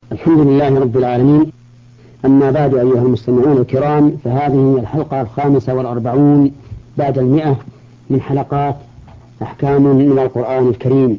الحمد لله رب العالمين. أما بعد أيها المستمعون الكرام، فهذه هي الحلقة 45 بعد 100 من حلقات أحكام من القرآن الكريم.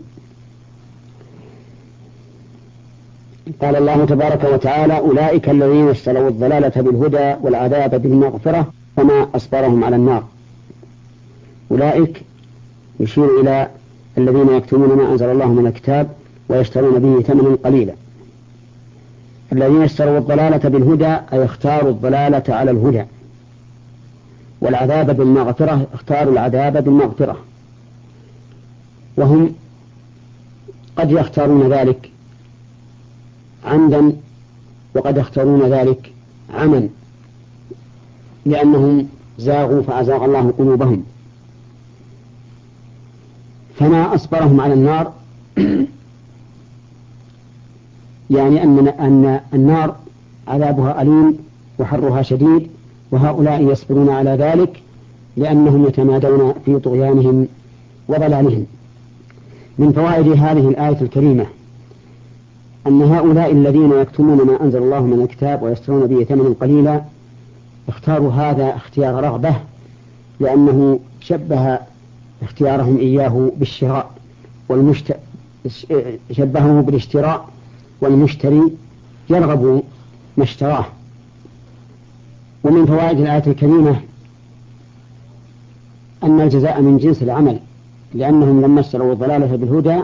قال الله تبارك وتعالى: أولئك الذين اشتروا الضلالة بالهدى والعذاب بالمغفرة فما أصبرهم على النار. أولئك يشير إلى الذين يكتمون ما أنزل الله من الكتاب ويشترون به ثمنا قليلا. الذين اشتروا الضلالة بالهدى أي اختاروا الضلالة على الهدى، والعذاب بالمغفرة اختاروا العذاب بالمغفرة. وهم قد يختارون ذلك عمدا وقد يختارون ذلك عمدا، لأنهم زاغوا فأزاغ الله قلوبهم. فما أصبرهم على النار يعني أن النار عذابها أليم وحرها شديد، وهؤلاء يصبرون على ذلك لأنهم يتمادون في طغيانهم وضلالهم. من فوائد هذه الآية الكريمة أن هؤلاء الذين يكتمون ما أنزل الله من الكتاب ويشترون به ثمنا قليلا اختاروا هذا اختيار رغبة، لأنه شبه اختيارهم إياه بالشراء شبهه بالاشتراء، والمشتري يرغب ما اشتراه. ومن فوائد الآية الكريمة أن الجزاء من جنس العمل، لأنهم لما اشتروا الضلالة بالهدى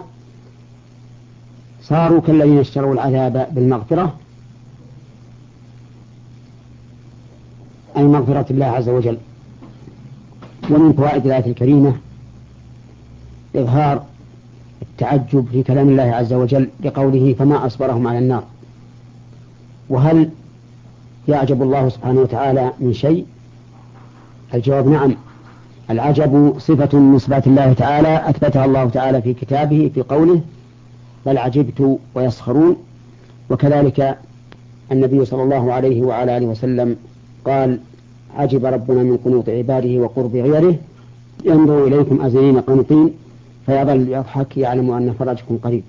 صاروا كالذين اشتروا العذاب بالمغفرة، أي مغفرة الله عز وجل. ومن فوائد الآية الكريمة إظهار التعجب في كلام الله عز وجل بقوله: فما أصبرهم على النار. وهل يعجب الله سبحانه وتعالى من شيء؟ الجواب نعم. العجب صفة من صفات الله تعالى أثبتها الله تعالى في كتابه في قوله: بل عجبت ويسخرون. وكذلك النبي صلى الله عليه وعلى آله وسلم قال: عجب ربنا من قنوط عباده وقرب غيره، ينظر إليكم أزلين قنطين فيظل يضحك يعلم أن فرجكم قريب.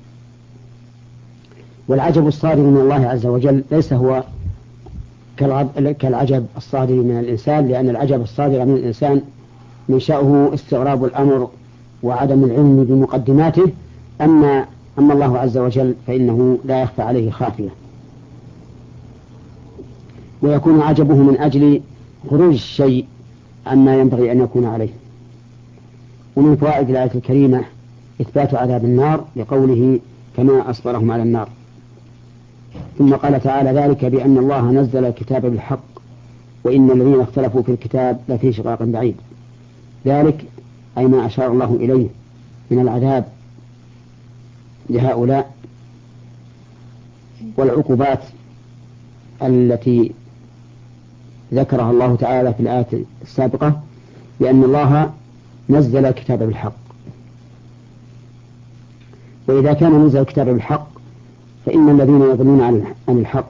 والعجب الصادر من الله عز وجل ليس هو كالعجب الصادر من الإنسان، لأن العجب الصادر من الإنسان منشأه استغراب الأمر وعدم العلم بمقدماته. أما الله عز وجل فإنه لا يخفى عليه خافية، ويكون عجبه من أجل خروج الشيء عما ينبغي أن يكون عليه. ومن فوائد الآية الكريمة إثبات عذاب النار لقوله: كما أصبرهم على النار. ثم قال تعالى: ذلك بأن الله نزل الكتاب بالحق وإن الذين اختلفوا في الكتاب لفي شقاق بعيد. ذلك أي ما أشار الله إليه من العذاب لهؤلاء والعقوبات التي ذكرها الله تعالى في الآية السابقة، بأن الله نزل الكتاب بالحق. وإذا كان نزل الكتاب بالحق فإن الذين يضلون عن الحق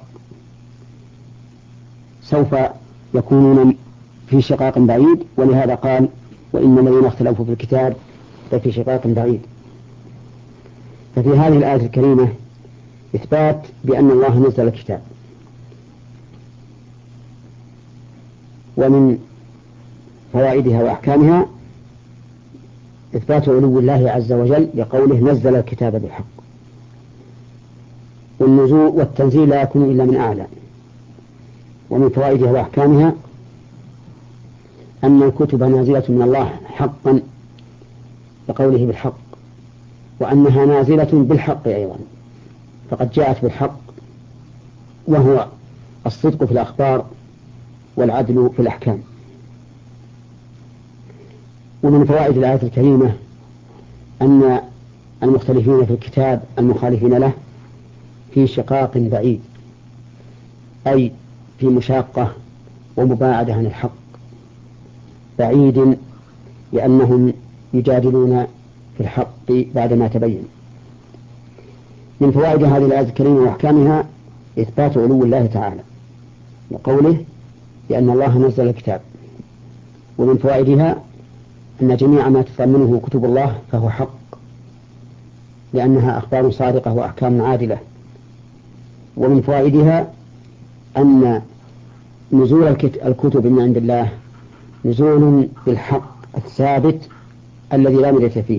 سوف يكونون في شقاق بعيد، ولهذا قال: وإن الذين اختلفوا في الكتاب لفي شقاق بعيد. ففي هذه الآية الكريمة إثبات بأن الله نزل الكتاب. ومن فوائدها وأحكامها إثبات علو الله عز وجل لقوله: نزل الكتاب بالحق. والنزول والتنزيل لا يكون إلا من أعلى. ومن فوائدها وأحكامها أن الكتب نازلة من الله حقا لقوله بالحق، وأنها نازلة بالحق أيضا، فقد جاءت بالحق وهو الصدق في الأخبار والعدل في الأحكام. ومن فوائد الآية الكريمة أن المختلفين في الكتاب المخالفين له في شقاق بعيد، أي في مشاقة ومباعدة عن الحق، بعيد لأنهم يجادلون في الحق بعدما تبين. من فوائد هذه الآية الكريمة وأحكامها إثبات علو الله تعالى وقوله: لأن الله نزل الكتاب. ومن فوائدها أن جميع ما تضمنه كتب الله فهو حق، لأنها أخبار صادقة وأحكام عادلة. ومن فوائدها أن نزول الكتب من عند الله نزول بالحق الثابت الذي لا مرية فيه.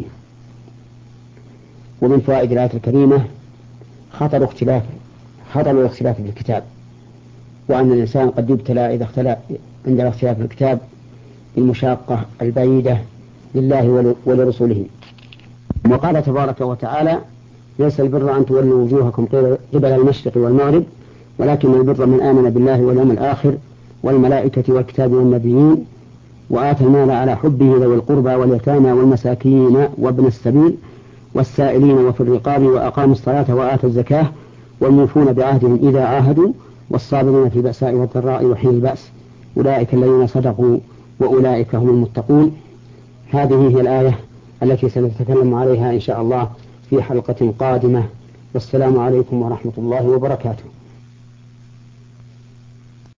ومن فوائد الآية الكريمة خطر الاختلاف في الكتاب، وأن الإنسان قد يبتلى إذا اختلف عند الاختلاف في الكتاب بالمشاقة البعيدة لله ولرسوله. وقال تبارك وتعالى: ليس البر أن تولوا وجوهكم قبل المشرق والمغرب ولكن البر من آمن بالله واليوم الآخر والملائكة والكتاب والنبيين وآتى المال على حبه ذوي القربى واليتامى والمساكين وابن السبيل والسائلين وفي الرقاب وأقاموا الصلاة وآتوا الزكاة والموفون بعهدهم إذا عاهدوا والصابرين في البأساء والضراء وحين البأس أولئك الذين صدقوا وأولئك هم المتقون. هذه هي الآية التي سنتكلم عليها إن شاء الله في حلقة قادمة. والسلام عليكم ورحمة الله وبركاته.